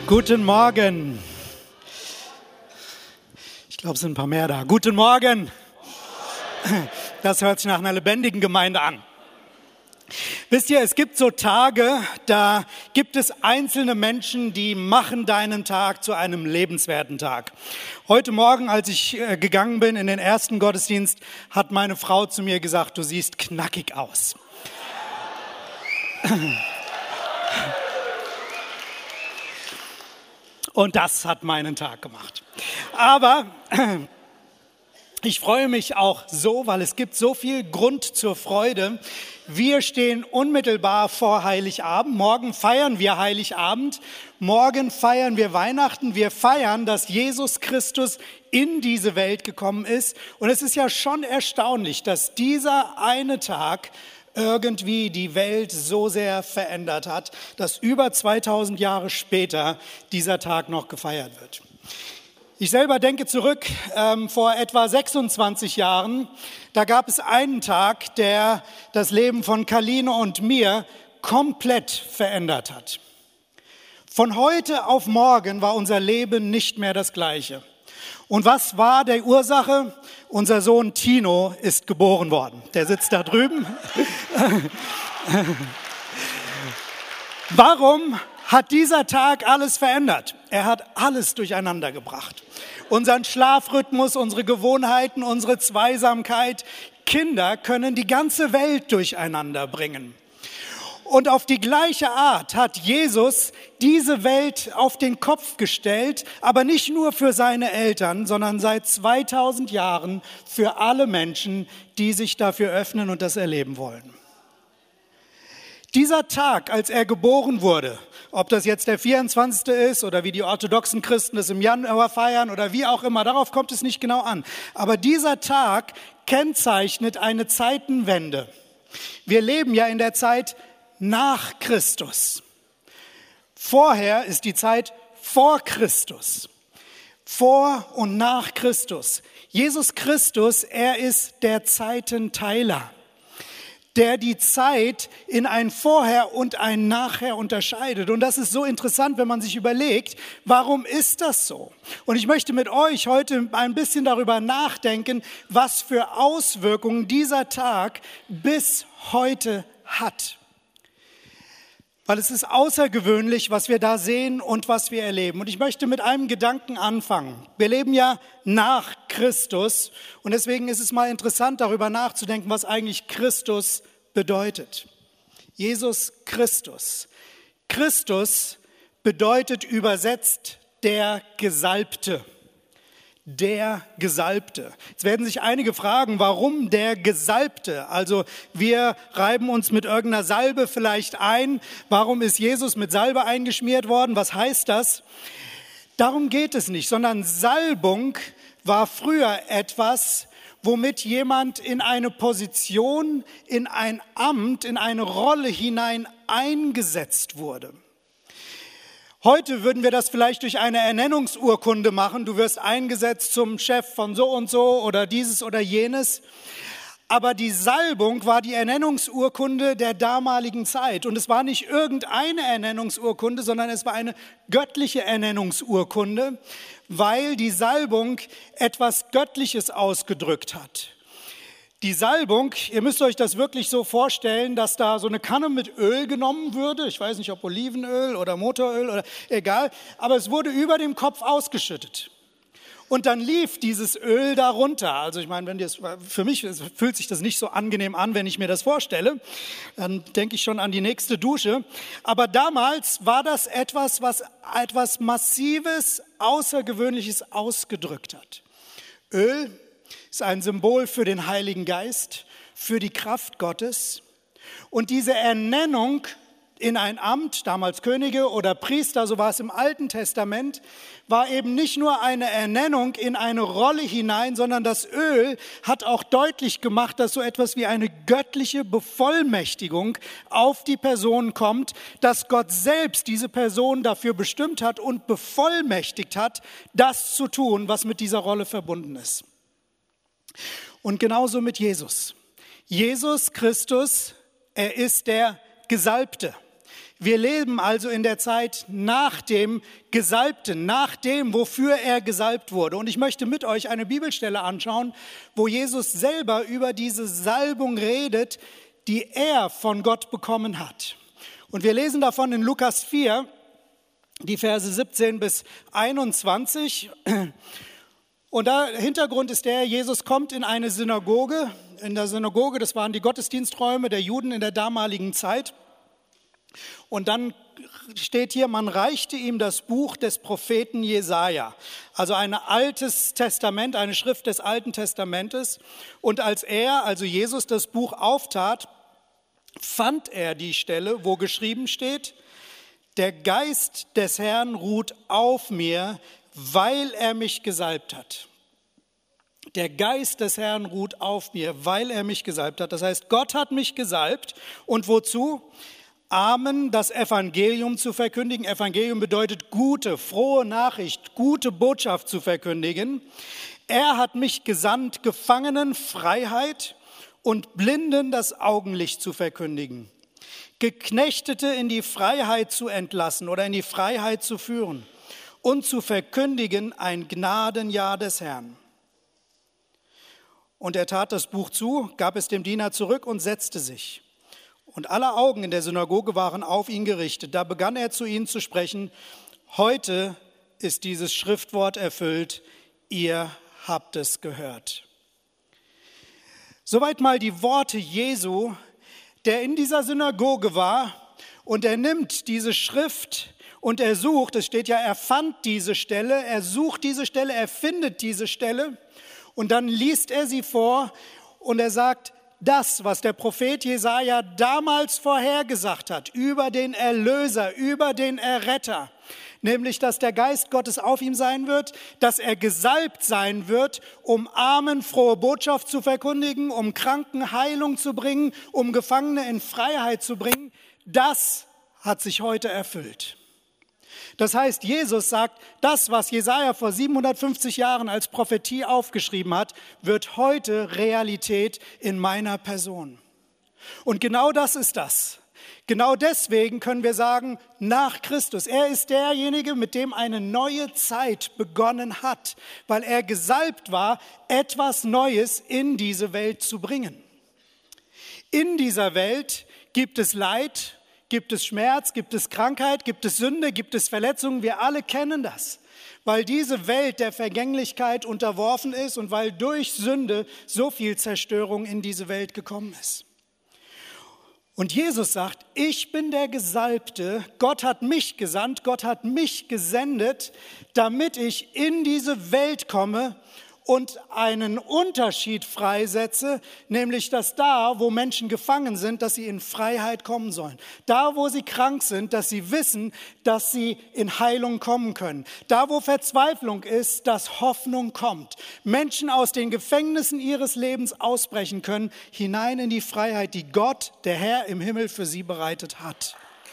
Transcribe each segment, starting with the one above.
Guten Morgen. Ich glaube, es sind ein paar mehr da. Guten Morgen. Das hört sich nach einer lebendigen Gemeinde an. Wisst ihr, es gibt so Tage, da gibt es einzelne Menschen, die machen deinen Tag zu einem lebenswerten Tag. Heute Morgen, als ich gegangen bin in den ersten Gottesdienst, hat meine Frau zu mir gesagt, du siehst knackig aus. Und das hat meinen Tag gemacht. Aber ich freue mich auch so, weil es gibt so viel Grund zur Freude. Wir stehen unmittelbar vor Heiligabend. Morgen feiern wir Heiligabend. Morgen feiern wir Weihnachten. Wir feiern, dass Jesus Christus in diese Welt gekommen ist. Und es ist ja schon erstaunlich, dass dieser eine Tag irgendwie die Welt so sehr verändert hat, dass über 2000 Jahre später dieser Tag noch gefeiert wird. Ich selber denke zurück, vor etwa 26 Jahren, da gab es einen Tag, der das Leben von Kaline und mir komplett verändert hat. Von heute auf morgen war unser Leben nicht mehr das gleiche. Und was war die Ursache? Unser Sohn Tino ist geboren worden. Der sitzt da drüben. Warum hat dieser Tag alles verändert? Er hat alles durcheinander gebracht. Unseren Schlafrhythmus, unsere Gewohnheiten, unsere Zweisamkeit. Kinder können die ganze Welt durcheinander bringen. Und auf die gleiche Art hat Jesus diese Welt auf den Kopf gestellt, aber nicht nur für seine Eltern, sondern seit 2000 Jahren für alle Menschen, die sich dafür öffnen und das erleben wollen. Dieser Tag, als er geboren wurde, ob das jetzt der 24. ist oder wie die orthodoxen Christen es im Januar feiern oder wie auch immer, darauf kommt es nicht genau an. Aber dieser Tag kennzeichnet eine Zeitenwende. Wir leben ja in der Zeit nach Christus. Vorher ist die Zeit vor Christus. Vor und nach Christus. Jesus Christus, er ist der Zeitenteiler, der die Zeit in ein Vorher und ein Nachher unterscheidet. Und das ist so interessant, wenn man sich überlegt, warum ist das so? Und ich möchte mit euch heute ein bisschen darüber nachdenken, was für Auswirkungen dieser Tag bis heute hat. Weil es ist außergewöhnlich, was wir da sehen und was wir erleben. Und ich möchte mit einem Gedanken anfangen. Wir leben ja nach Christus und deswegen ist es mal interessant, darüber nachzudenken, was eigentlich Christus bedeutet. Jesus Christus. Christus bedeutet übersetzt der Gesalbte. Der Gesalbte. Jetzt werden sich einige fragen, warum der Gesalbte? Also wir reiben uns mit irgendeiner Salbe vielleicht ein. Warum ist Jesus mit Salbe eingeschmiert worden? Was heißt das? Darum geht es nicht, sondern Salbung war früher etwas, womit jemand in eine Position, in ein Amt, in eine Rolle hinein eingesetzt wurde. Heute würden wir das vielleicht durch eine Ernennungsurkunde machen. Du wirst eingesetzt zum Chef von so und so oder dieses oder jenes. Aber die Salbung war die Ernennungsurkunde der damaligen Zeit. Und es war nicht irgendeine Ernennungsurkunde, sondern es war eine göttliche Ernennungsurkunde, weil die Salbung etwas Göttliches ausgedrückt hat. Die Salbung, ihr müsst euch das wirklich so vorstellen, dass da so eine Kanne mit Öl genommen würde. Ich weiß nicht, ob Olivenöl oder Motoröl oder egal, aber es wurde über dem Kopf ausgeschüttet. Und dann lief dieses Öl da runter. Also ich meine, für mich fühlt sich das nicht so angenehm an, wenn ich mir das vorstelle. Dann denke ich schon an die nächste Dusche. Aber damals war das etwas, was etwas Massives, Außergewöhnliches ausgedrückt hat. Öl ist ein Symbol für den Heiligen Geist, für die Kraft Gottes. Und diese Ernennung in ein Amt, damals Könige oder Priester, so war es im Alten Testament, war eben nicht nur eine Ernennung in eine Rolle hinein, sondern das Öl hat auch deutlich gemacht, dass so etwas wie eine göttliche Bevollmächtigung auf die Person kommt, dass Gott selbst diese Person dafür bestimmt hat und bevollmächtigt hat, das zu tun, was mit dieser Rolle verbunden ist. Und genauso mit Jesus. Jesus Christus, er ist der Gesalbte. Wir leben also in der Zeit nach dem Gesalbten, nach dem, wofür er gesalbt wurde. Und ich möchte mit euch eine Bibelstelle anschauen, wo Jesus selber über diese Salbung redet, die er von Gott bekommen hat. Und wir lesen davon in Lukas 4, die Verse 17 bis 21. Und der Hintergrund ist der, Jesus kommt in eine Synagoge. In der Synagoge, das waren die Gottesdiensträume der Juden in der damaligen Zeit. Und dann steht hier, man reichte ihm das Buch des Propheten Jesaja, also ein altes Testament, eine Schrift des Alten Testamentes. Und als er, also Jesus, das Buch auftat, fand er die Stelle, wo geschrieben steht, der Geist des Herrn ruht auf mir, weil er mich gesalbt hat. Der Geist des Herrn ruht auf mir, weil er mich gesalbt hat. Das heißt, Gott hat mich gesalbt. Und wozu? Armen das Evangelium zu verkündigen. Evangelium bedeutet gute, frohe Nachricht, gute Botschaft zu verkündigen. Er hat mich gesandt, Gefangenen Freiheit und Blinden das Augenlicht zu verkündigen. Geknechtete in die Freiheit zu entlassen oder in die Freiheit zu führen und zu verkündigen ein Gnadenjahr des Herrn. Und er tat das Buch zu, gab es dem Diener zurück und setzte sich. Und alle Augen in der Synagoge waren auf ihn gerichtet. Da begann er zu ihnen zu sprechen, heute ist dieses Schriftwort erfüllt, ihr habt es gehört. Soweit mal die Worte Jesu, der in dieser Synagoge war, und er nimmt diese Schrift und er sucht, es steht ja, er fand diese Stelle, er sucht diese Stelle, er findet diese Stelle und dann liest er sie vor und er sagt, das, was der Prophet Jesaja damals vorhergesagt hat, über den Erlöser, über den Erretter, nämlich, dass der Geist Gottes auf ihm sein wird, dass er gesalbt sein wird, um Armen frohe Botschaft zu verkündigen, um Kranken Heilung zu bringen, um Gefangene in Freiheit zu bringen, das hat sich heute erfüllt. Das heißt, Jesus sagt, das, was Jesaja vor 750 Jahren als Prophetie aufgeschrieben hat, wird heute Realität in meiner Person. Und genau das ist das. Genau deswegen können wir sagen, nach Christus. Er ist derjenige, mit dem eine neue Zeit begonnen hat, weil er gesalbt war, etwas Neues in diese Welt zu bringen. In dieser Welt gibt es Leid, gibt es Schmerz, gibt es Krankheit, gibt es Sünde, gibt es Verletzungen. Wir alle kennen das, weil diese Welt der Vergänglichkeit unterworfen ist und weil durch Sünde so viel Zerstörung in diese Welt gekommen ist. Und Jesus sagt, ich bin der Gesalbte, Gott hat mich gesandt, Gott hat mich gesendet, damit ich in diese Welt komme und einen Unterschied freisetze, nämlich dass da, wo Menschen gefangen sind, dass sie in Freiheit kommen sollen. Da, wo sie krank sind, dass sie wissen, dass sie in Heilung kommen können. Da, wo Verzweiflung ist, dass Hoffnung kommt. Menschen aus den Gefängnissen ihres Lebens ausbrechen können, hinein in die Freiheit, die Gott, der Herr im Himmel für sie bereitet hat.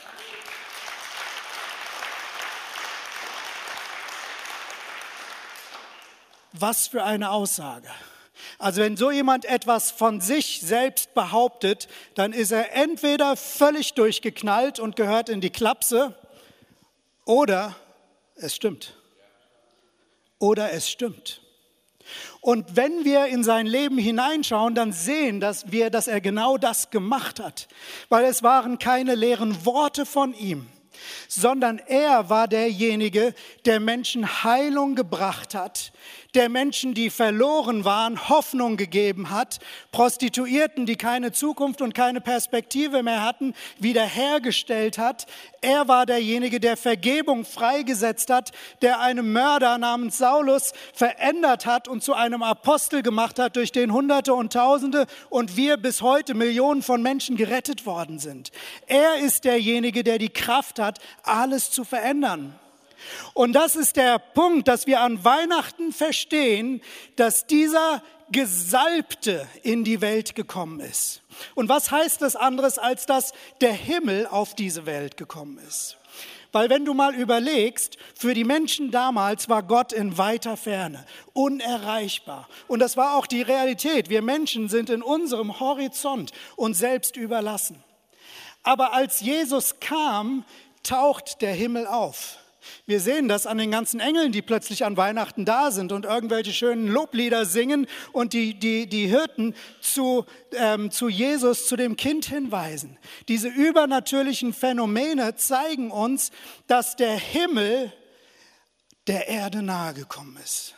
Was für eine Aussage. Also wenn so jemand etwas von sich selbst behauptet, dann ist er entweder völlig durchgeknallt und gehört in die Klapse oder es stimmt. Oder es stimmt. Und wenn wir in sein Leben hineinschauen, dann sehen wir, dass er genau das gemacht hat. Weil es waren keine leeren Worte von ihm, sondern er war derjenige, der Menschen Heilung gebracht hat, der Menschen, die verloren waren, Hoffnung gegeben hat, Prostituierten, die keine Zukunft und keine Perspektive mehr hatten, wiederhergestellt hat. Er war derjenige, der Vergebung freigesetzt hat, der einen Mörder namens Saulus verändert hat und zu einem Apostel gemacht hat, durch den Hunderte und Tausende und wir bis heute Millionen von Menschen gerettet worden sind. Er ist derjenige, der die Kraft hat, alles zu verändern. Und das ist der Punkt, dass wir an Weihnachten verstehen, dass dieser Gesalbte in die Welt gekommen ist. Und was heißt das anderes, als dass der Himmel auf diese Welt gekommen ist? Weil wenn du mal überlegst, für die Menschen damals war Gott in weiter Ferne, unerreichbar. Und das war auch die Realität. Wir Menschen sind in unserem Horizont uns selbst überlassen. Aber als Jesus kam, taucht der Himmel auf. Wir sehen das an den ganzen Engeln, die plötzlich an Weihnachten da sind und irgendwelche schönen Loblieder singen und die Hirten zu Jesus, zu dem Kind hinweisen. Diese übernatürlichen Phänomene zeigen uns, dass der Himmel der Erde nahe gekommen ist.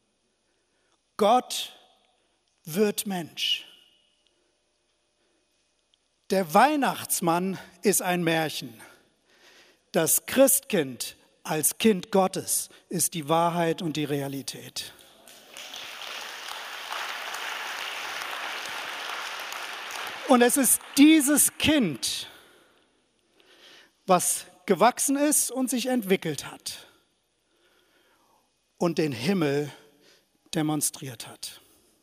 Gott wird Mensch. Der Weihnachtsmann ist ein Märchen. Das Christkind als Kind Gottes ist die Wahrheit und die Realität. Und es ist dieses Kind, was gewachsen ist und sich entwickelt hat und den Himmel demonstriert hat.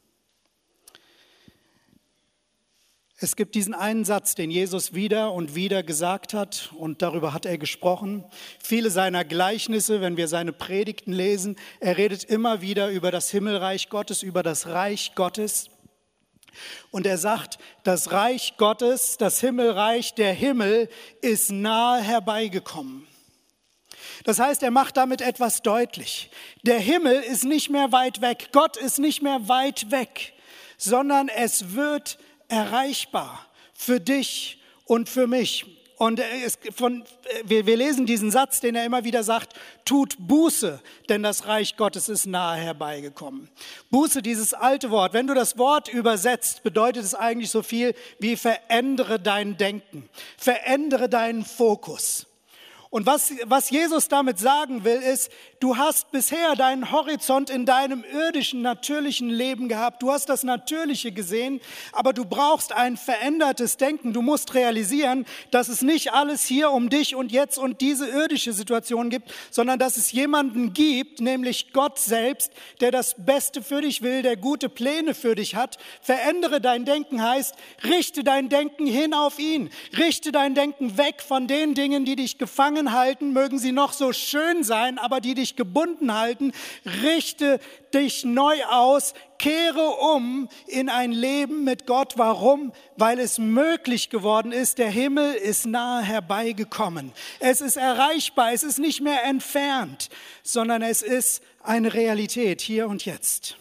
Es gibt diesen einen Satz, den Jesus wieder und wieder gesagt hat, und darüber hat er gesprochen. Viele seiner Gleichnisse, wenn wir seine Predigten lesen, er redet immer wieder über das Himmelreich Gottes, über das Reich Gottes. Und er sagt, das Reich Gottes, das Himmelreich, der Himmel ist nahe herbeigekommen. Das heißt, er macht damit etwas deutlich. Der Himmel ist nicht mehr weit weg, Gott ist nicht mehr weit weg, sondern es wird erreichbar für dich und für mich. Und wir lesen diesen Satz, den er immer wieder sagt, tut Buße, denn das Reich Gottes ist nahe herbeigekommen. Buße, dieses alte Wort, wenn du das Wort übersetzt, bedeutet es eigentlich so viel wie verändere dein Denken, verändere deinen Fokus. Und was Jesus damit sagen will, ist, du hast bisher deinen Horizont in deinem irdischen, natürlichen Leben gehabt. Du hast das Natürliche gesehen, aber du brauchst ein verändertes Denken. Du musst realisieren, dass es nicht alles hier um dich und jetzt und diese irdische Situation gibt, sondern dass es jemanden gibt, nämlich Gott selbst, der das Beste für dich will, der gute Pläne für dich hat. Verändere dein Denken heißt, richte dein Denken hin auf ihn. Richte dein Denken weg von den Dingen, die dich gefangen halten, mögen sie noch so schön sein, aber die dich gebunden halten. Richte dich neu aus, kehre um in ein Leben mit Gott. Warum? Weil es möglich geworden ist. Der Himmel ist nahe herbeigekommen. Es ist erreichbar, es ist nicht mehr entfernt, sondern es ist eine Realität hier und jetzt.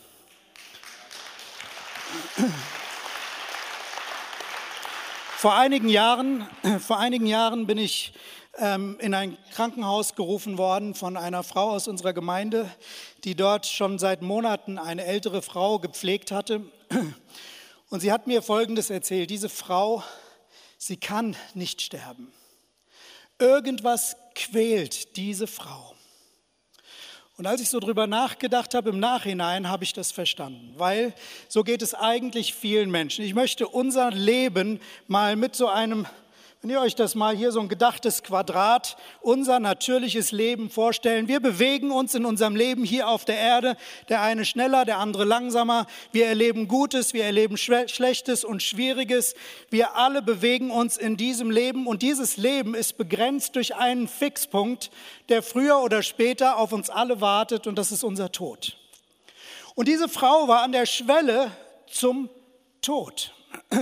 Vor einigen Jahren bin ich in ein Krankenhaus gerufen worden von einer Frau aus unserer Gemeinde, die dort schon seit Monaten eine ältere Frau gepflegt hatte. Und sie hat mir Folgendes erzählt: Diese Frau, sie kann nicht sterben. Irgendwas quält diese Frau. Und als ich so drüber nachgedacht habe, im Nachhinein habe ich das verstanden, weil so geht es eigentlich vielen Menschen. Ich möchte unser Leben mal mit so einem, wenn ihr euch das mal hier so ein gedachtes Quadrat, unser natürliches Leben vorstellen. Wir bewegen uns in unserem Leben hier auf der Erde, der eine schneller, der andere langsamer. Wir erleben Gutes, wir erleben Schlechtes und Schwieriges. Wir alle bewegen uns in diesem Leben und dieses Leben ist begrenzt durch einen Fixpunkt, der früher oder später auf uns alle wartet, und das ist unser Tod. Und diese Frau war an der Schwelle zum Tod.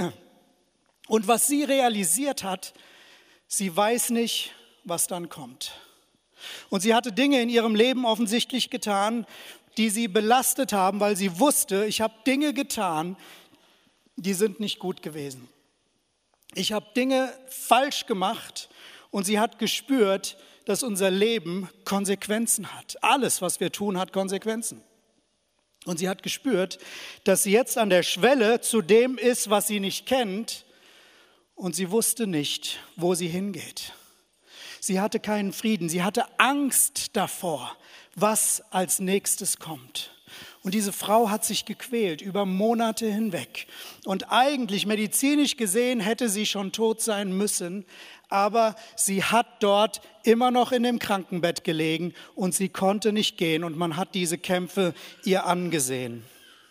Und was sie realisiert hat, sie weiß nicht, was dann kommt. Und sie hatte Dinge in ihrem Leben offensichtlich getan, die sie belastet haben, weil sie wusste, ich habe Dinge getan, die sind nicht gut gewesen. Ich habe Dinge falsch gemacht und sie hat gespürt, dass unser Leben Konsequenzen hat. Alles, was wir tun, hat Konsequenzen. Und sie hat gespürt, dass sie jetzt an der Schwelle zu dem ist, was sie nicht kennt, und sie wusste nicht, wo sie hingeht. Sie hatte keinen Frieden, sie hatte Angst davor, was als nächstes kommt. Und diese Frau hat sich gequält über Monate hinweg. Und eigentlich medizinisch gesehen hätte sie schon tot sein müssen, aber sie hat dort immer noch in dem Krankenbett gelegen und sie konnte nicht gehen und man hat diese Kämpfe ihr angesehen.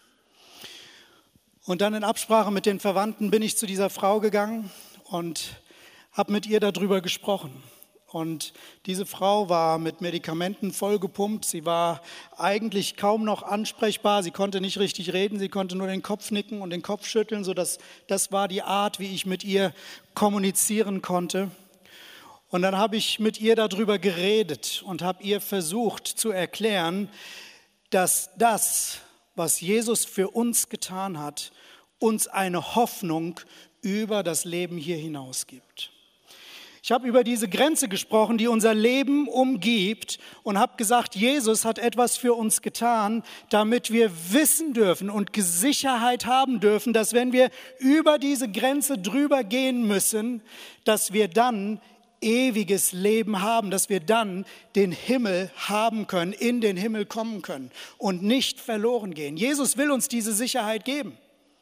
Und dann in Absprache mit den Verwandten bin ich zu dieser Frau gegangen und habe mit ihr darüber gesprochen. Und diese Frau war mit Medikamenten vollgepumpt. Sie war eigentlich kaum noch ansprechbar. Sie konnte nicht richtig reden. Sie konnte nur den Kopf nicken und den Kopf schütteln. Das war die Art, wie ich mit ihr kommunizieren konnte. Und dann habe ich mit ihr darüber geredet und habe ihr versucht zu erklären, dass das, was Jesus für uns getan hat, uns eine Hoffnung über das Leben hier hinaus gibt. Ich habe über diese Grenze gesprochen, die unser Leben umgibt, und habe gesagt, Jesus hat etwas für uns getan, damit wir wissen dürfen und Sicherheit haben dürfen, dass wenn wir über diese Grenze drüber gehen müssen, dass wir dann ewiges Leben haben, dass wir dann den Himmel haben können, in den Himmel kommen können und nicht verloren gehen. Jesus will uns diese Sicherheit geben.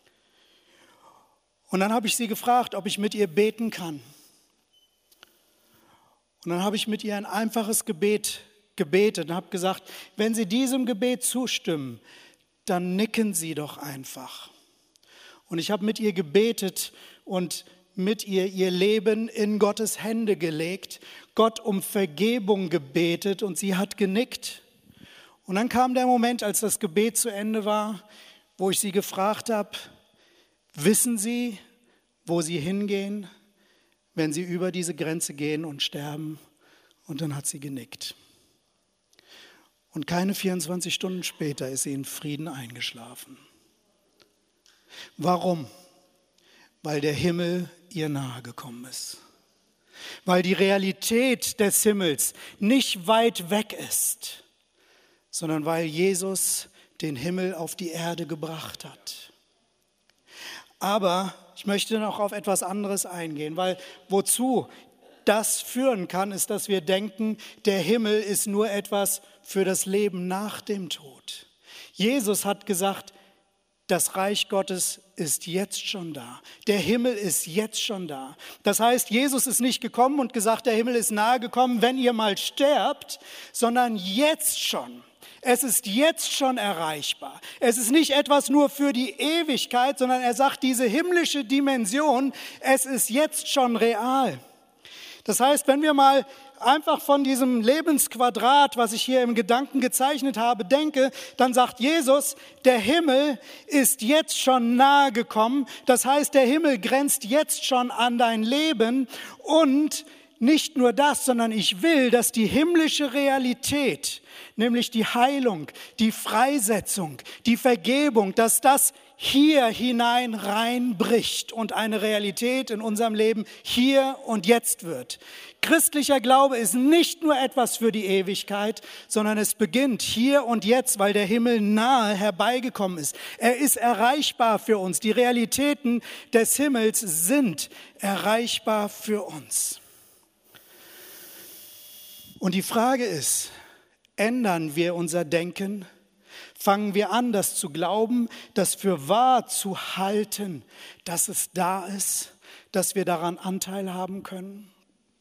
Und dann habe ich sie gefragt, ob ich mit ihr beten kann. Und dann habe ich mit ihr ein einfaches Gebet gebetet und habe gesagt, wenn Sie diesem Gebet zustimmen, dann nicken Sie doch einfach. Und ich habe mit ihr gebetet und mit ihr Leben in Gottes Hände gelegt, Gott um Vergebung gebetet und sie hat genickt. Und dann kam der Moment, als das Gebet zu Ende war, wo ich sie gefragt habe, wissen Sie, wo Sie hingehen, wenn Sie über diese Grenze gehen und sterben? Und dann hat sie genickt. Und keine 24 Stunden später ist sie in Frieden eingeschlafen. Warum? Weil der Himmel ihr nahe gekommen ist. Weil die Realität des Himmels nicht weit weg ist, sondern weil Jesus den Himmel auf die Erde gebracht hat. Aber ich möchte noch auf etwas anderes eingehen, weil wozu das führen kann, ist, dass wir denken, der Himmel ist nur etwas für das Leben nach dem Tod. Jesus hat gesagt, das Reich Gottes ist jetzt schon da. Der Himmel ist jetzt schon da. Das heißt, Jesus ist nicht gekommen und gesagt, der Himmel ist nahe gekommen, wenn ihr mal sterbt, sondern jetzt schon. Es ist jetzt schon erreichbar. Es ist nicht etwas nur für die Ewigkeit, sondern er sagt, diese himmlische Dimension, es ist jetzt schon real. Das heißt, wenn wir mal einfach von diesem Lebensquadrat, was ich hier im Gedanken gezeichnet habe, denke, dann sagt Jesus, der Himmel ist jetzt schon nahe gekommen. Das heißt, der Himmel grenzt jetzt schon an dein Leben. Und nicht nur das, sondern ich will, dass die himmlische Realität, nämlich die Heilung, die Freisetzung, die Vergebung, dass das hier hinein reinbricht und eine Realität in unserem Leben hier und jetzt wird. Christlicher Glaube ist nicht nur etwas für die Ewigkeit, sondern es beginnt hier und jetzt, weil der Himmel nahe herbeigekommen ist. Er ist erreichbar für uns. Die Realitäten des Himmels sind erreichbar für uns. Und die Frage ist, ändern wir unser Denken? Fangen wir an, das zu glauben, das für wahr zu halten, dass es da ist, dass wir daran Anteil haben können?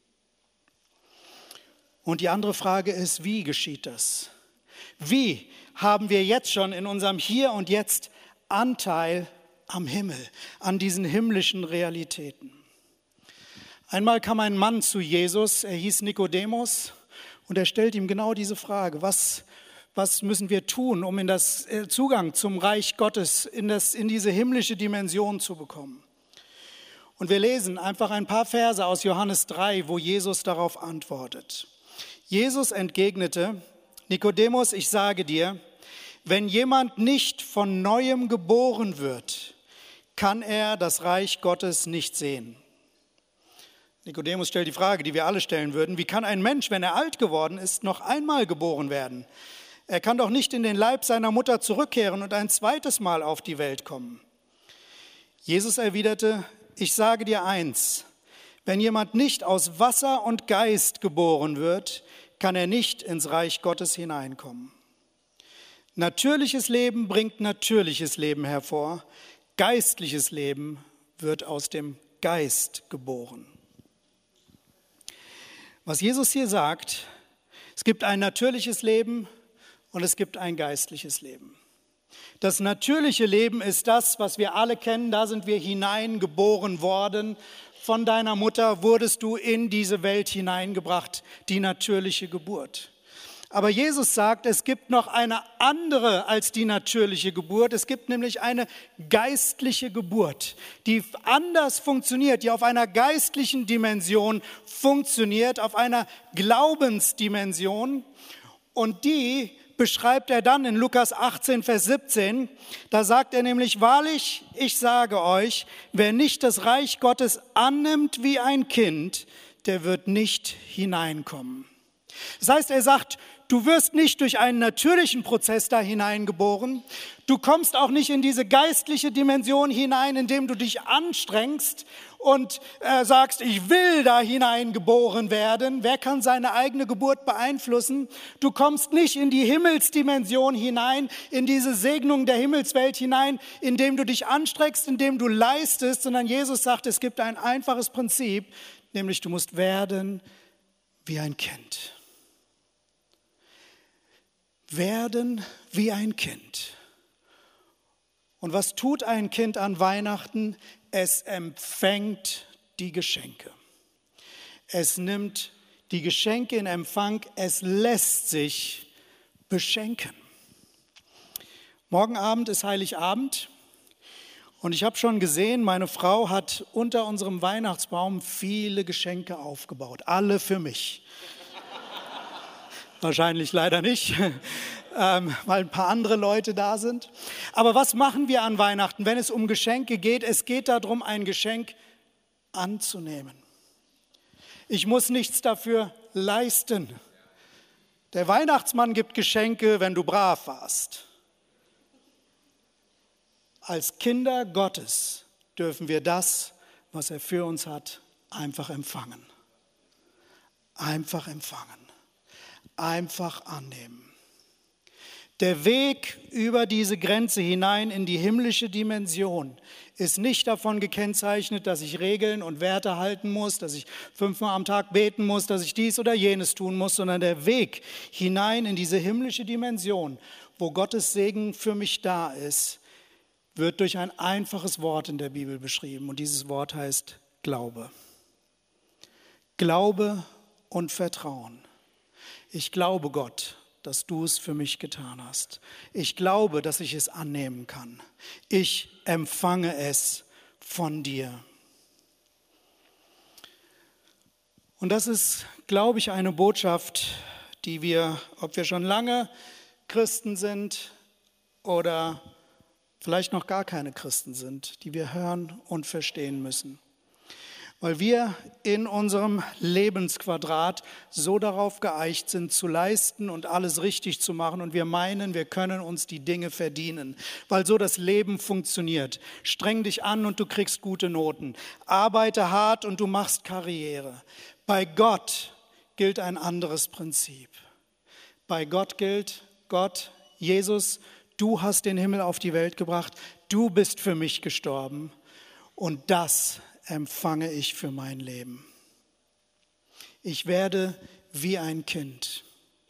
Und die andere Frage ist, wie geschieht das? Wie haben wir jetzt schon in unserem Hier und Jetzt Anteil am Himmel, an diesen himmlischen Realitäten? Einmal kam ein Mann zu Jesus, er hieß Nikodemus, und er stellt ihm genau diese Frage, was müssen wir tun, um in das Zugang zum Reich Gottes, in diese himmlische Dimension zu bekommen? Und wir lesen einfach ein paar Verse aus Johannes 3, wo Jesus darauf antwortet. Jesus entgegnete, Nikodemus, ich sage dir, wenn jemand nicht von Neuem geboren wird, kann er das Reich Gottes nicht sehen. Nikodemus stellt die Frage, die wir alle stellen würden, wie kann ein Mensch, wenn er alt geworden ist, noch einmal geboren werden? Er kann doch nicht in den Leib seiner Mutter zurückkehren und ein zweites Mal auf die Welt kommen. Jesus erwiderte, ich sage dir eins, wenn jemand nicht aus Wasser und Geist geboren wird, kann er nicht ins Reich Gottes hineinkommen. Natürliches Leben bringt natürliches Leben hervor. Geistliches Leben wird aus dem Geist geboren. Was Jesus hier sagt, es gibt ein natürliches Leben und es gibt ein geistliches Leben. Das natürliche Leben ist das, was wir alle kennen, da sind wir hineingeboren worden von deiner Mutter wurdest du in diese Welt hineingebracht, die natürliche Geburt. Aber Jesus sagt, es gibt noch eine andere als die natürliche Geburt. Es gibt nämlich eine geistliche Geburt, die anders funktioniert, die auf einer geistlichen Dimension funktioniert, auf einer Glaubensdimension. Und die beschreibt er dann in Lukas 18, Vers 17. Da sagt er nämlich, wahrlich, ich sage euch, wer nicht das Reich Gottes annimmt wie ein Kind, der wird nicht hineinkommen. Das heißt, er sagt, du wirst nicht durch einen natürlichen Prozess da hineingeboren. Du kommst auch nicht in diese geistliche Dimension hinein, indem du dich anstrengst und sagst, ich will da hineingeboren werden. Wer kann seine eigene Geburt beeinflussen? Du kommst nicht in die Himmelsdimension hinein, in diese Segnung der Himmelswelt hinein, indem du dich anstrengst, indem du leistest, sondern Jesus sagt, es gibt ein einfaches Prinzip, nämlich du musst werden wie ein Kind. Werden wie ein Kind. Und was tut ein Kind an Weihnachten? Es empfängt die Geschenke. Es nimmt die Geschenke in Empfang. Es lässt sich beschenken. Morgen Abend ist Heiligabend. Und ich habe schon gesehen, meine Frau hat unter unserem Weihnachtsbaum viele Geschenke aufgebaut. Alle für mich. Wahrscheinlich leider nicht, weil ein paar andere Leute da sind. Aber was machen wir an Weihnachten, wenn es um Geschenke geht? Es geht darum, ein Geschenk anzunehmen. Ich muss nichts dafür leisten. Der Weihnachtsmann gibt Geschenke, wenn du brav warst. Als Kinder Gottes dürfen wir das, was er für uns hat, einfach empfangen. Einfach empfangen. Einfach annehmen. Der Weg über diese Grenze hinein in die himmlische Dimension ist nicht davon gekennzeichnet, dass ich Regeln und Werte halten muss, dass ich 5-mal am Tag beten muss, dass ich dies oder jenes tun muss, sondern der Weg hinein in diese himmlische Dimension, wo Gottes Segen für mich da ist, wird durch ein einfaches Wort in der Bibel beschrieben. Und dieses Wort heißt Glaube. Glaube und Vertrauen. Ich glaube, Gott, dass du es für mich getan hast. Ich glaube, dass ich es annehmen kann. Ich empfange es von dir. Und das ist, glaube ich, eine Botschaft, die wir, ob wir schon lange Christen sind oder vielleicht noch gar keine Christen sind, die wir hören und verstehen müssen. Weil wir in unserem Lebensquadrat so darauf geeicht sind, zu leisten und alles richtig zu machen. Und wir meinen, wir können uns die Dinge verdienen, weil so das Leben funktioniert. Streng dich an und du kriegst gute Noten. Arbeite hart und du machst Karriere. Bei Gott gilt ein anderes Prinzip. Bei Gott gilt, Gott, Jesus, du hast den Himmel auf die Welt gebracht. Du bist für mich gestorben. Und das empfange ich für mein Leben. Ich werde wie ein Kind.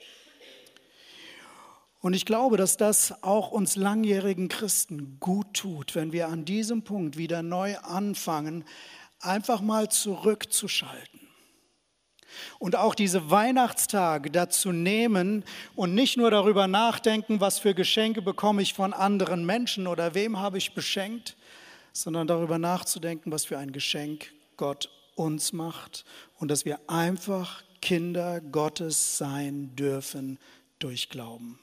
Und ich glaube, dass das auch uns langjährigen Christen gut tut, wenn wir an diesem Punkt wieder neu anfangen, einfach mal zurückzuschalten. Und auch diese Weihnachtstage dazu nehmen und nicht nur darüber nachdenken, was für Geschenke bekomme ich von anderen Menschen oder wem habe ich beschenkt, sondern darüber nachzudenken, was für ein Geschenk Gott uns macht und dass wir einfach Kinder Gottes sein dürfen durch Glauben.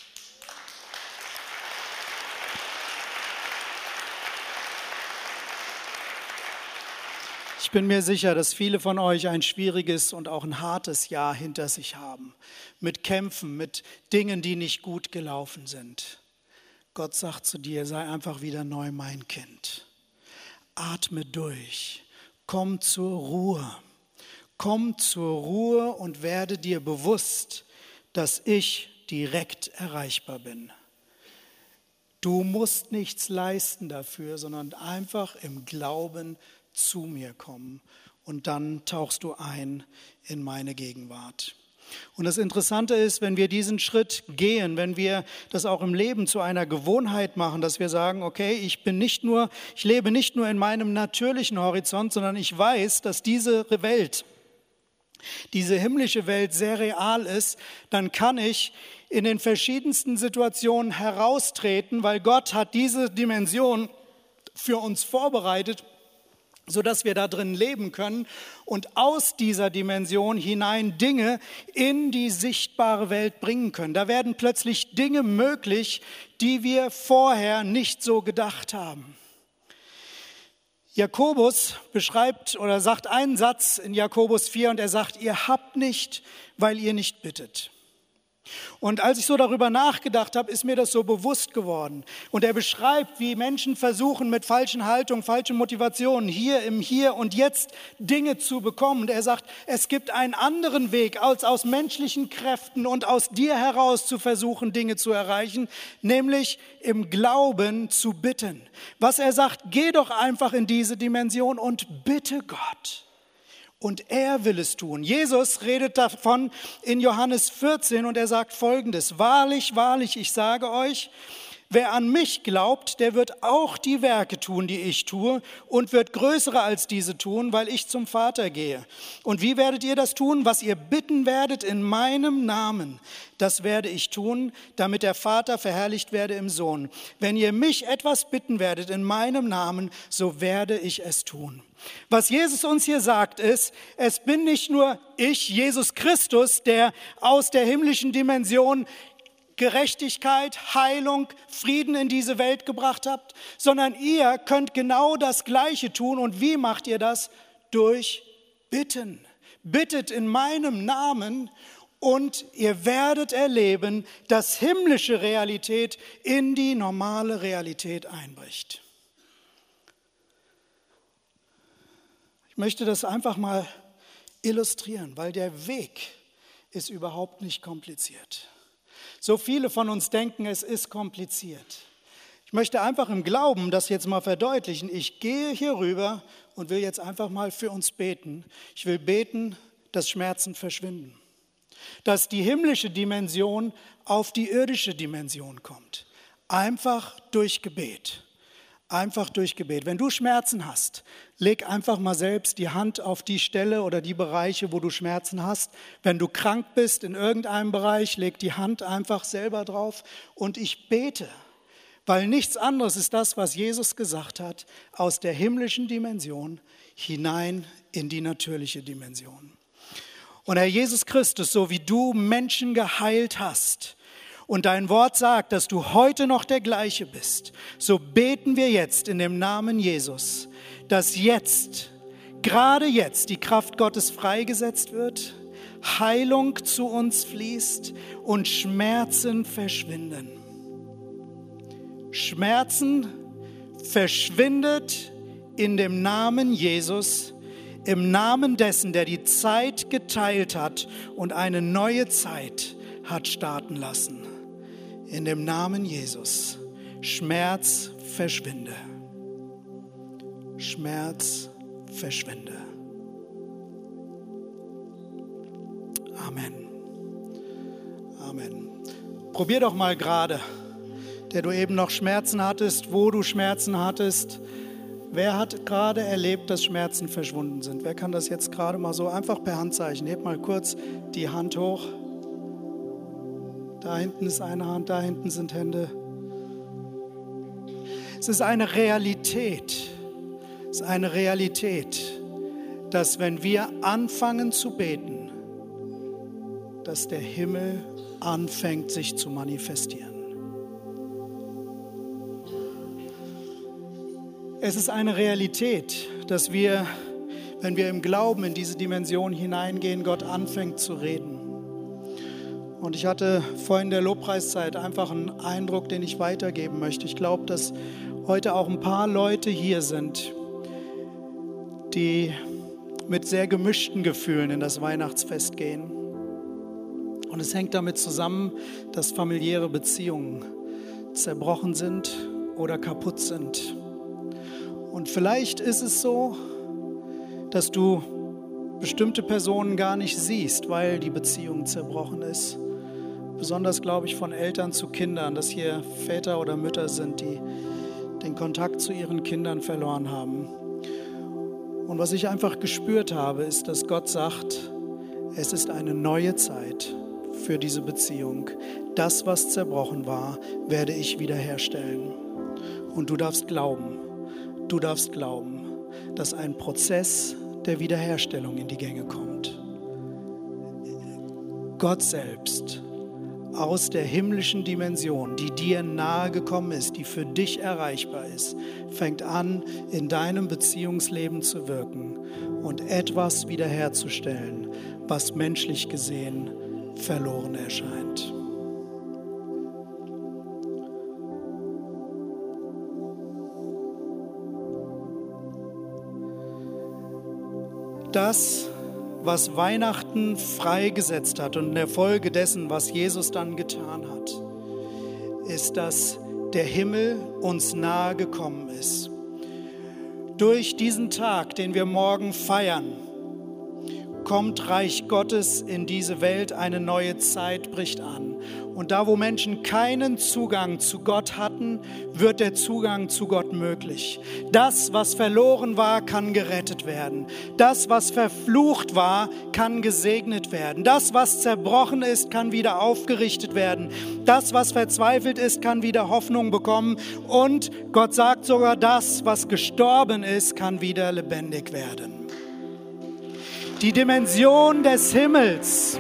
Ich bin mir sicher, dass viele von euch ein schwieriges und auch ein hartes Jahr hinter sich haben, mit Kämpfen, mit Dingen, die nicht gut gelaufen sind. Gott sagt zu dir, sei einfach wieder neu mein Kind. Atme durch, komm zur Ruhe. Komm zur Ruhe und werde dir bewusst, dass ich direkt erreichbar bin. Du musst nichts leisten dafür, sondern einfach im Glauben zu mir kommen. Und dann tauchst du ein in meine Gegenwart. Und das Interessante ist, wenn wir diesen Schritt gehen, wenn wir das auch im Leben zu einer Gewohnheit machen, dass wir sagen, okay, ich lebe nicht nur in meinem natürlichen Horizont, sondern ich weiß, dass diese Welt, diese himmlische Welt sehr real ist, dann kann ich in den verschiedensten Situationen heraustreten, weil Gott hat diese Dimension für uns vorbereitet, sodass wir da drin leben können und aus dieser Dimension hinein Dinge in die sichtbare Welt bringen können. Da werden plötzlich Dinge möglich, die wir vorher nicht so gedacht haben. Jakobus beschreibt oder sagt einen Satz in Jakobus 4 und er sagt, ihr habt nicht, weil ihr nicht bittet. Und als ich so darüber nachgedacht habe, ist mir das so bewusst geworden. Und er beschreibt, wie Menschen versuchen, mit falschen Haltungen, falschen Motivationen hier im Hier und Jetzt Dinge zu bekommen. Und er sagt, es gibt einen anderen Weg, als aus menschlichen Kräften und aus dir heraus zu versuchen, Dinge zu erreichen, nämlich im Glauben zu bitten. Was er sagt, geh doch einfach in diese Dimension und bitte Gott. Und er will es tun. Jesus redet davon in Johannes 14 und er sagt Folgendes: Wahrlich, wahrlich, ich sage euch, wer an mich glaubt, der wird auch die Werke tun, die ich tue und wird größere als diese tun, weil ich zum Vater gehe. Und wie werdet ihr das tun? Was ihr bitten werdet in meinem Namen, das werde ich tun, damit der Vater verherrlicht werde im Sohn. Wenn ihr mich etwas bitten werdet in meinem Namen, so werde ich es tun. Was Jesus uns hier sagt ist, es bin nicht nur ich, Jesus Christus, der aus der himmlischen Dimension Gerechtigkeit, Heilung, Frieden in diese Welt gebracht habt, sondern ihr könnt genau das Gleiche tun. Und wie macht ihr das? Durch Bitten. Bittet in meinem Namen und ihr werdet erleben, dass himmlische Realität in die normale Realität einbricht. Ich möchte das einfach mal illustrieren, weil der Weg ist überhaupt nicht kompliziert. So viele von uns denken, es ist kompliziert. Ich möchte einfach im Glauben das jetzt mal verdeutlichen. Ich gehe hier rüber und will jetzt einfach mal für uns beten. Ich will beten, dass Schmerzen verschwinden. Dass die himmlische Dimension auf die irdische Dimension kommt. Einfach durch Gebet. Einfach durch Gebet. Wenn du Schmerzen hast, leg einfach mal selbst die Hand auf die Stelle oder die Bereiche, wo du Schmerzen hast. Wenn du krank bist in irgendeinem Bereich, leg die Hand einfach selber drauf und ich bete. Weil nichts anderes ist das, was Jesus gesagt hat, aus der himmlischen Dimension hinein in die natürliche Dimension. Und Herr Jesus Christus, so wie du Menschen geheilt hast, und dein Wort sagt, dass du heute noch der gleiche bist, so beten wir jetzt in dem Namen Jesus, dass jetzt, gerade jetzt, die Kraft Gottes freigesetzt wird, Heilung zu uns fließt und Schmerzen verschwinden. Schmerzen verschwindet in dem Namen Jesus, im Namen dessen, der die Zeit geteilt hat und eine neue Zeit hat starten lassen. In dem Namen Jesus, Schmerz verschwinde. Schmerz verschwinde. Amen. Amen. Probier doch mal gerade, der du eben noch Schmerzen hattest, wo du Schmerzen hattest. Wer hat gerade erlebt, dass Schmerzen verschwunden sind? Wer kann das jetzt gerade mal so einfach per Handzeichen? Heb mal kurz die Hand hoch. Da hinten ist eine Hand, da hinten sind Hände. Es ist eine Realität. Es ist eine Realität, dass wenn wir anfangen zu beten, dass der Himmel anfängt, sich zu manifestieren. Es ist eine Realität, dass wir, wenn wir im Glauben in diese Dimension hineingehen, Gott anfängt zu reden. Und ich hatte vorhin in der Lobpreiszeit einfach einen Eindruck, den ich weitergeben möchte. Ich glaube, dass heute auch ein paar Leute hier sind, die mit sehr gemischten Gefühlen in das Weihnachtsfest gehen. Und es hängt damit zusammen, dass familiäre Beziehungen zerbrochen sind oder kaputt sind. Und vielleicht ist es so, dass du bestimmte Personen gar nicht siehst, weil die Beziehung zerbrochen ist. Besonders, glaube ich, von Eltern zu Kindern, dass hier Väter oder Mütter sind, die den Kontakt zu ihren Kindern verloren haben. Und was ich einfach gespürt habe, ist, dass Gott sagt, es ist eine neue Zeit für diese Beziehung. Das, was zerbrochen war, werde ich wiederherstellen. Und du darfst glauben, dass ein Prozess der Wiederherstellung in die Gänge kommt. Gott selbst aus der himmlischen Dimension, die dir nahe gekommen ist, die für dich erreichbar ist, fängt an, in deinem Beziehungsleben zu wirken und etwas wiederherzustellen, was menschlich gesehen verloren erscheint. Das, was Weihnachten freigesetzt hat und in der Folge dessen, was Jesus dann getan hat, ist, dass der Himmel uns nahe gekommen ist. Durch diesen Tag, den wir morgen feiern, kommt Reich Gottes in diese Welt, eine neue Zeit bricht an. Und da, wo Menschen keinen Zugang zu Gott hatten, wird der Zugang zu Gott möglich. Das, was verloren war, kann gerettet werden. Das, was verflucht war, kann gesegnet werden. Das, was zerbrochen ist, kann wieder aufgerichtet werden. Das, was verzweifelt ist, kann wieder Hoffnung bekommen. Und Gott sagt sogar, das, was gestorben ist, kann wieder lebendig werden. Die Dimension des Himmels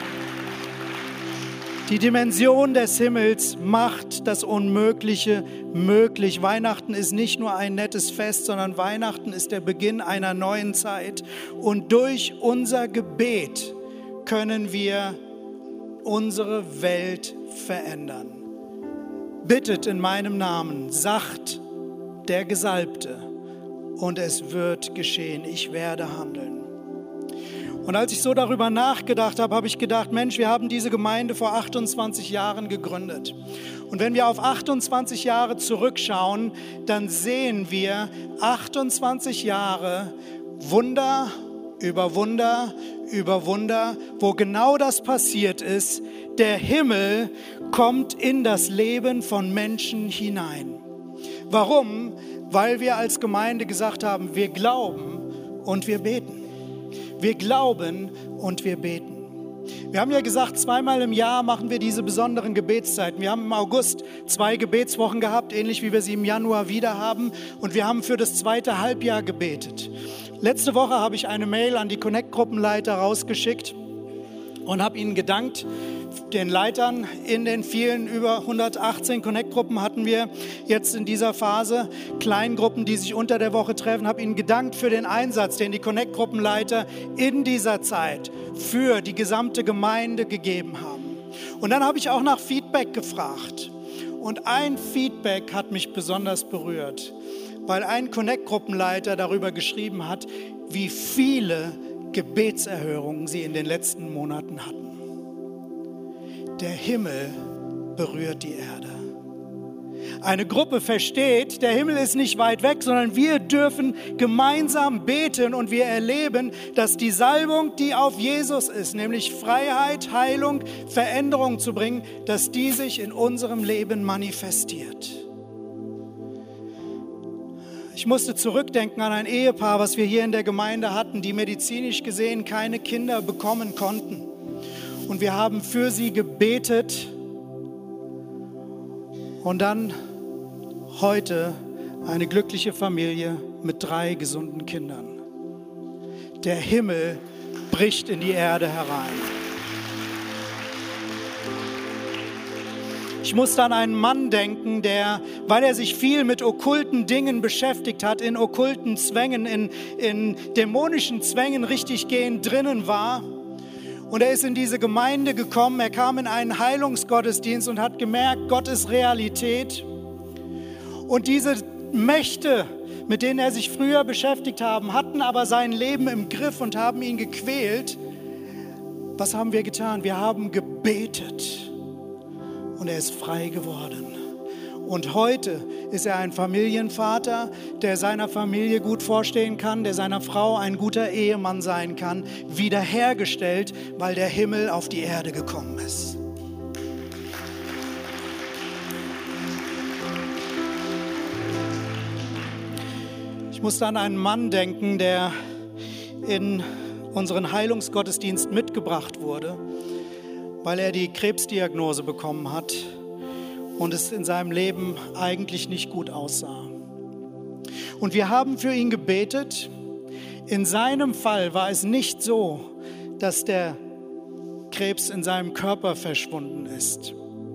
macht das Unmögliche möglich. Weihnachten ist nicht nur ein nettes Fest, sondern Weihnachten ist der Beginn einer neuen Zeit. Und durch unser Gebet können wir unsere Welt verändern. Bittet in meinem Namen, sagt der Gesalbte, und es wird geschehen. Ich werde handeln. Und als ich so darüber nachgedacht habe, habe ich gedacht, Mensch, wir haben diese Gemeinde vor 28 Jahren gegründet. Und wenn wir auf 28 Jahre zurückschauen, dann sehen wir 28 Jahre Wunder über Wunder über Wunder, wo genau das passiert ist. Der Himmel kommt in das Leben von Menschen hinein. Warum? Weil wir als Gemeinde gesagt haben, wir glauben und wir beten. Wir glauben und wir beten. Wir haben ja gesagt, 2-mal im Jahr machen wir diese besonderen Gebetszeiten. Wir haben im August 2 Gebetswochen gehabt, ähnlich wie wir sie im Januar wieder haben. Und wir haben für das 2. Halbjahr gebetet. Letzte Woche habe ich eine Mail an die Connect-Gruppenleiter rausgeschickt und habe ihnen gedankt, den Leitern in den vielen, über 118 Connect-Gruppen hatten wir jetzt in dieser Phase, Kleingruppen, die sich unter der Woche treffen, habe ihnen gedankt für den Einsatz, den die Connect-Gruppenleiter in dieser Zeit für die gesamte Gemeinde gegeben haben. Und dann habe ich auch nach Feedback gefragt. Und ein Feedback hat mich besonders berührt, weil ein Connect-Gruppenleiter darüber geschrieben hat, wie viele Gebetserhörungen sie in den letzten Monaten hatten. Der Himmel berührt die Erde. Eine Gruppe versteht, der Himmel ist nicht weit weg, sondern wir dürfen gemeinsam beten und wir erleben, dass die Salbung, die auf Jesus ist, nämlich Freiheit, Heilung, Veränderung zu bringen, dass die sich in unserem Leben manifestiert. Ich musste zurückdenken an ein Ehepaar, was wir hier in der Gemeinde hatten, die medizinisch gesehen keine Kinder bekommen konnten. Und wir haben für sie gebetet und dann heute eine glückliche Familie mit 3 gesunden Kindern. Der Himmel bricht in die Erde herein. Ich musste an einen Mann denken, der, weil er sich viel mit okkulten Dingen beschäftigt hat, in okkulten Zwängen, in dämonischen Zwängen richtig gehend drinnen war. Und er ist in diese Gemeinde gekommen, er kam in einen Heilungsgottesdienst und hat gemerkt, Gott ist Realität. Und diese Mächte, mit denen er sich früher beschäftigt haben, hatten aber sein Leben im Griff und haben ihn gequält. Was haben wir getan? Wir haben gebetet und er ist frei geworden. Und heute ist er ein Familienvater, der seiner Familie gut vorstehen kann, der seiner Frau ein guter Ehemann sein kann, wiederhergestellt, weil der Himmel auf die Erde gekommen ist. Ich musste an einen Mann denken, der in unseren Heilungsgottesdienst mitgebracht wurde, weil er die Krebsdiagnose bekommen hat und es in seinem Leben eigentlich nicht gut aussah. Und wir haben für ihn gebetet. In seinem Fall war es nicht so, dass der Krebs in seinem Körper verschwunden ist.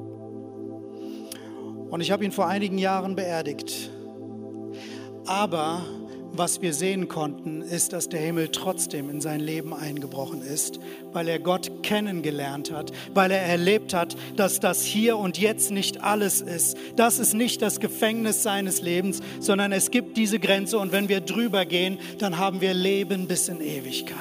Und ich habe ihn vor einigen Jahren beerdigt. Aber was wir sehen konnten, ist, dass der Himmel trotzdem in sein Leben eingebrochen ist, weil er Gott kennengelernt hat, weil er erlebt hat, dass das Hier und Jetzt nicht alles ist. Das ist nicht das Gefängnis seines Lebens, sondern es gibt diese Grenze und wenn wir drüber gehen, dann haben wir Leben bis in Ewigkeit.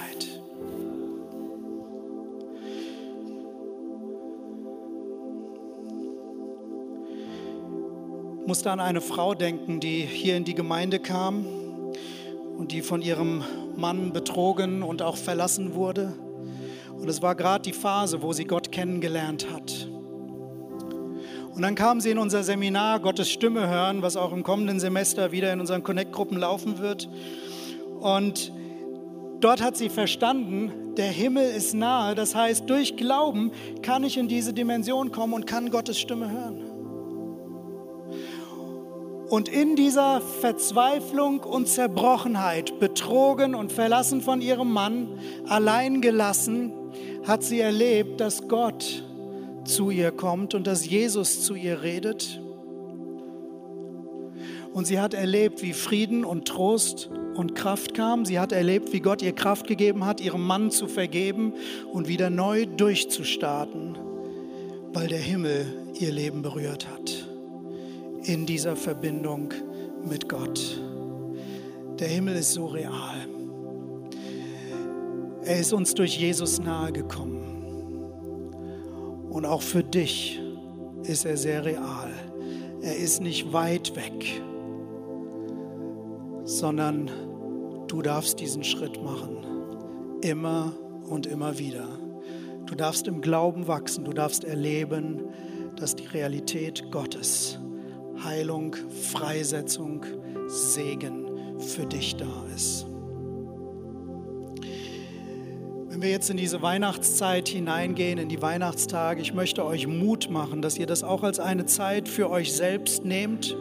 Ich musste an eine Frau denken, die hier in die Gemeinde kam und die von ihrem Mann betrogen und auch verlassen wurde. Und es war gerade die Phase, wo sie Gott kennengelernt hat. Und dann kam sie in unser Seminar Gottes Stimme hören, was auch im kommenden Semester wieder in unseren Connect-Gruppen laufen wird. Und dort hat sie verstanden, der Himmel ist nahe. Das heißt, durch Glauben kann ich in diese Dimension kommen und kann Gottes Stimme hören. Und in dieser Verzweiflung und Zerbrochenheit, betrogen und verlassen von ihrem Mann, allein gelassen, hat sie erlebt, dass Gott zu ihr kommt und dass Jesus zu ihr redet. Und sie hat erlebt, wie Frieden und Trost und Kraft kam. Sie hat erlebt, wie Gott ihr Kraft gegeben hat, ihrem Mann zu vergeben und wieder neu durchzustarten, weil der Himmel ihr Leben berührt hat. In dieser Verbindung mit Gott. Der Himmel ist so real. Er ist uns durch Jesus nahe gekommen. Und auch für dich ist er sehr real. Er ist nicht weit weg, sondern du darfst diesen Schritt machen. Immer und immer wieder. Du darfst im Glauben wachsen. Du darfst erleben, dass die Realität Gottes Heilung, Freisetzung, Segen für dich da ist. Wenn wir jetzt in diese Weihnachtszeit hineingehen, in die Weihnachtstage, ich möchte euch Mut machen, dass ihr das auch als eine Zeit für euch selbst nehmt,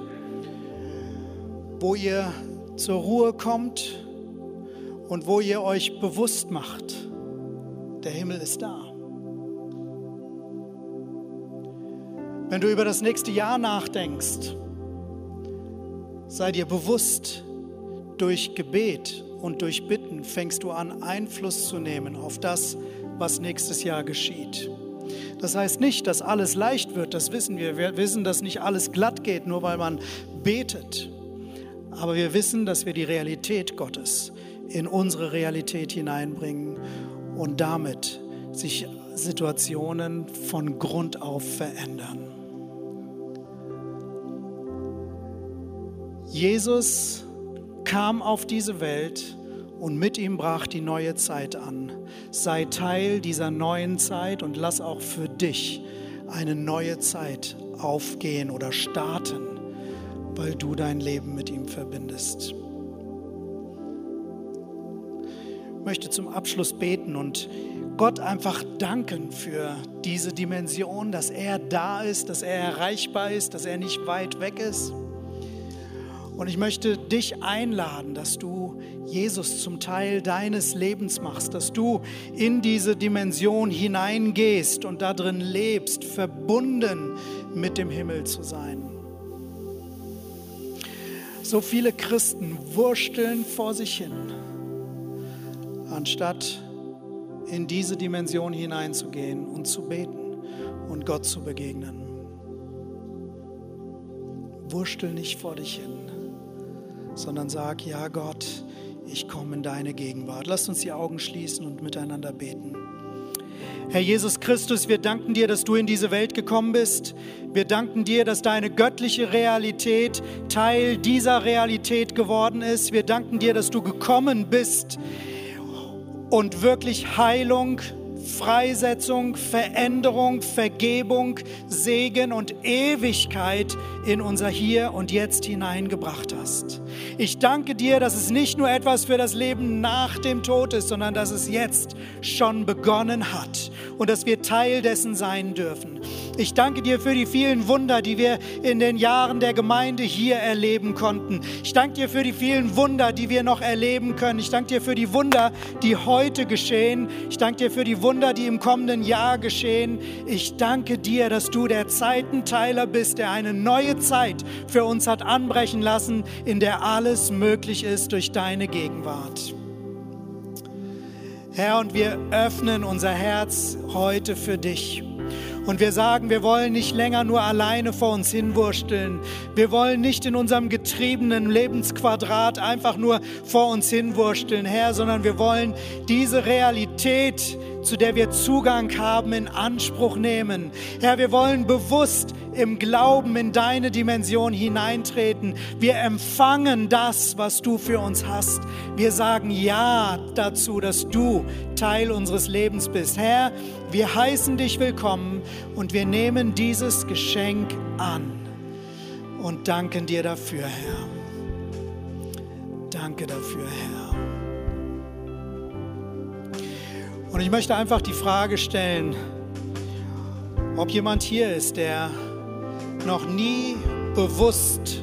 wo ihr zur Ruhe kommt und wo ihr euch bewusst macht, der Himmel ist da. Wenn du über das nächste Jahr nachdenkst, sei dir bewusst, durch Gebet und durch Bitten fängst du an, Einfluss zu nehmen auf das, was nächstes Jahr geschieht. Das heißt nicht, dass alles leicht wird, das wissen wir. Wir wissen, dass nicht alles glatt geht, nur weil man betet. Aber wir wissen, dass wir die Realität Gottes in unsere Realität hineinbringen und damit sich Situationen von Grund auf verändern. Jesus kam auf diese Welt und mit ihm brach die neue Zeit an. Sei Teil dieser neuen Zeit und lass auch für dich eine neue Zeit aufgehen oder starten, weil du dein Leben mit ihm verbindest. Ich möchte zum Abschluss beten und Gott einfach danken für diese Dimension, dass er da ist, dass er erreichbar ist, dass er nicht weit weg ist. Und ich möchte dich einladen, dass du Jesus zum Teil deines Lebens machst, dass du in diese Dimension hineingehst und da drin lebst, verbunden mit dem Himmel zu sein. So viele Christen wursteln vor sich hin, anstatt in diese Dimension hineinzugehen und zu beten und Gott zu begegnen. Wurstel nicht vor dich hin, sondern sag, ja Gott, ich komme in deine Gegenwart. Lasst uns die Augen schließen und miteinander beten. Herr Jesus Christus, wir danken dir, dass du in diese Welt gekommen bist. Wir danken dir, dass deine göttliche Realität Teil dieser Realität geworden ist. Wir danken dir, dass du gekommen bist und wirklich Heilung, Freisetzung, Veränderung, Vergebung, Segen und Ewigkeit in unser Hier und Jetzt hineingebracht hast. Ich danke dir, dass es nicht nur etwas für das Leben nach dem Tod ist, sondern dass es jetzt schon begonnen hat und dass wir Teil dessen sein dürfen. Ich danke dir für die vielen Wunder, die wir in den Jahren der Gemeinde hier erleben konnten. Ich danke dir für die vielen Wunder, die wir noch erleben können. Ich danke dir für die Wunder, die heute geschehen. Ich danke dir für die Wunder, die im kommenden Jahr geschehen. Ich danke dir, dass du der Zeitenteiler bist, der eine neue Zeit für uns hat anbrechen lassen, in der alles möglich ist durch deine Gegenwart. Herr, und wir öffnen unser Herz heute für dich. Und wir sagen, wir wollen nicht länger nur alleine vor uns hinwursteln. Wir wollen nicht in unserem getriebenen Lebensquadrat einfach nur vor uns hinwursteln, Herr, sondern wir wollen diese Realität, zu der wir Zugang haben, in Anspruch nehmen. Herr, wir wollen bewusst im Glauben in deine Dimension hineintreten. Wir empfangen das, was du für uns hast. Wir sagen Ja dazu, dass du Teil unseres Lebens bist. Herr, wir heißen dich willkommen und wir nehmen dieses Geschenk an und danken dir dafür, Herr. Danke dafür, Herr. Und ich möchte einfach die Frage stellen, ob jemand hier ist, der noch nie bewusst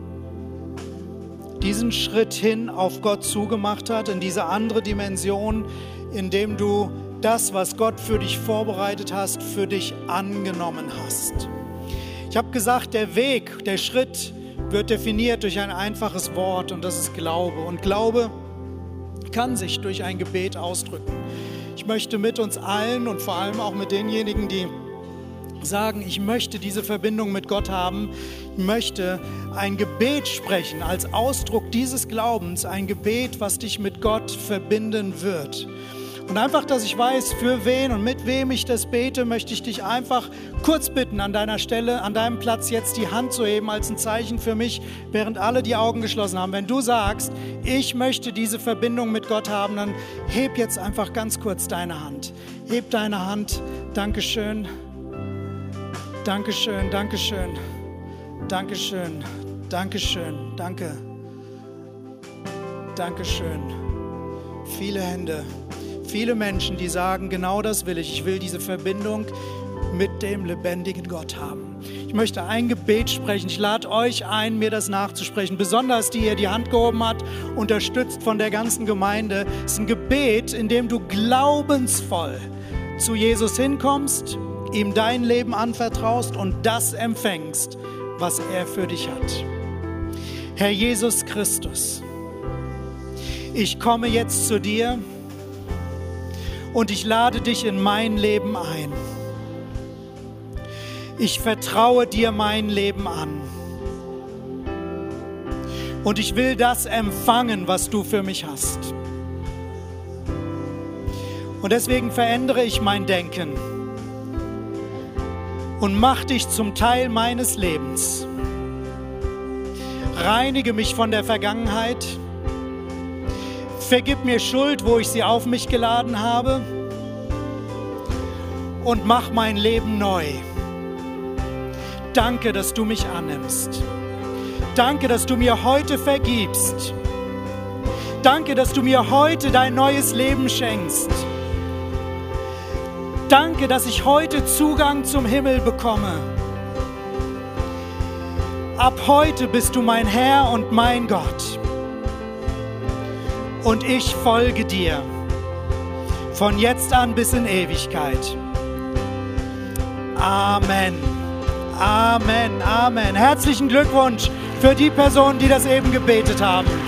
diesen Schritt hin auf Gott zugemacht hat, in diese andere Dimension, in dem du das, was Gott für dich vorbereitet hast, für dich angenommen hast. Ich habe gesagt, der Weg, der Schritt wird definiert durch ein einfaches Wort und das ist Glaube. Und Glaube kann sich durch ein Gebet ausdrücken. Ich möchte mit uns allen und vor allem auch mit denjenigen, die sagen, ich möchte diese Verbindung mit Gott haben, ich möchte ein Gebet sprechen als Ausdruck dieses Glaubens, ein Gebet, was dich mit Gott verbinden wird. Und einfach, dass ich weiß, für wen und mit wem ich das bete, möchte ich dich einfach kurz bitten, an deiner Stelle, an deinem Platz jetzt die Hand zu heben als ein Zeichen für mich, während alle die Augen geschlossen haben. Wenn du sagst, ich möchte diese Verbindung mit Gott haben, dann heb jetzt einfach ganz kurz deine Hand. Heb deine Hand. Dankeschön. Dankeschön, Dankeschön. Dankeschön. Dankeschön. Danke. Dankeschön. Viele Hände. Viele Menschen, die sagen, genau das will ich. Ich will diese Verbindung mit dem lebendigen Gott haben. Ich möchte ein Gebet sprechen. Ich lade euch ein, mir das nachzusprechen. Besonders die hier die Hand gehoben hat, unterstützt von der ganzen Gemeinde. Es ist ein Gebet, in dem du glaubensvoll zu Jesus hinkommst, ihm dein Leben anvertraust und das empfängst, was er für dich hat. Herr Jesus Christus, ich komme jetzt zu dir und ich lade dich in mein Leben ein. Ich vertraue dir mein Leben an. Und ich will das empfangen, was du für mich hast. Und deswegen verändere ich mein Denken und mach dich zum Teil meines Lebens. Reinige mich von der Vergangenheit. Vergib mir Schuld, wo ich sie auf mich geladen habe. Und mach mein Leben neu. Danke, dass du mich annimmst. Danke, dass du mir heute vergibst. Danke, dass du mir heute dein neues Leben schenkst. Danke, dass ich heute Zugang zum Himmel bekomme. Ab heute bist du mein Herr und mein Gott. Und ich folge dir. Von jetzt an bis in Ewigkeit. Amen. Amen. Amen. Herzlichen Glückwunsch für die Personen, die das eben gebetet haben.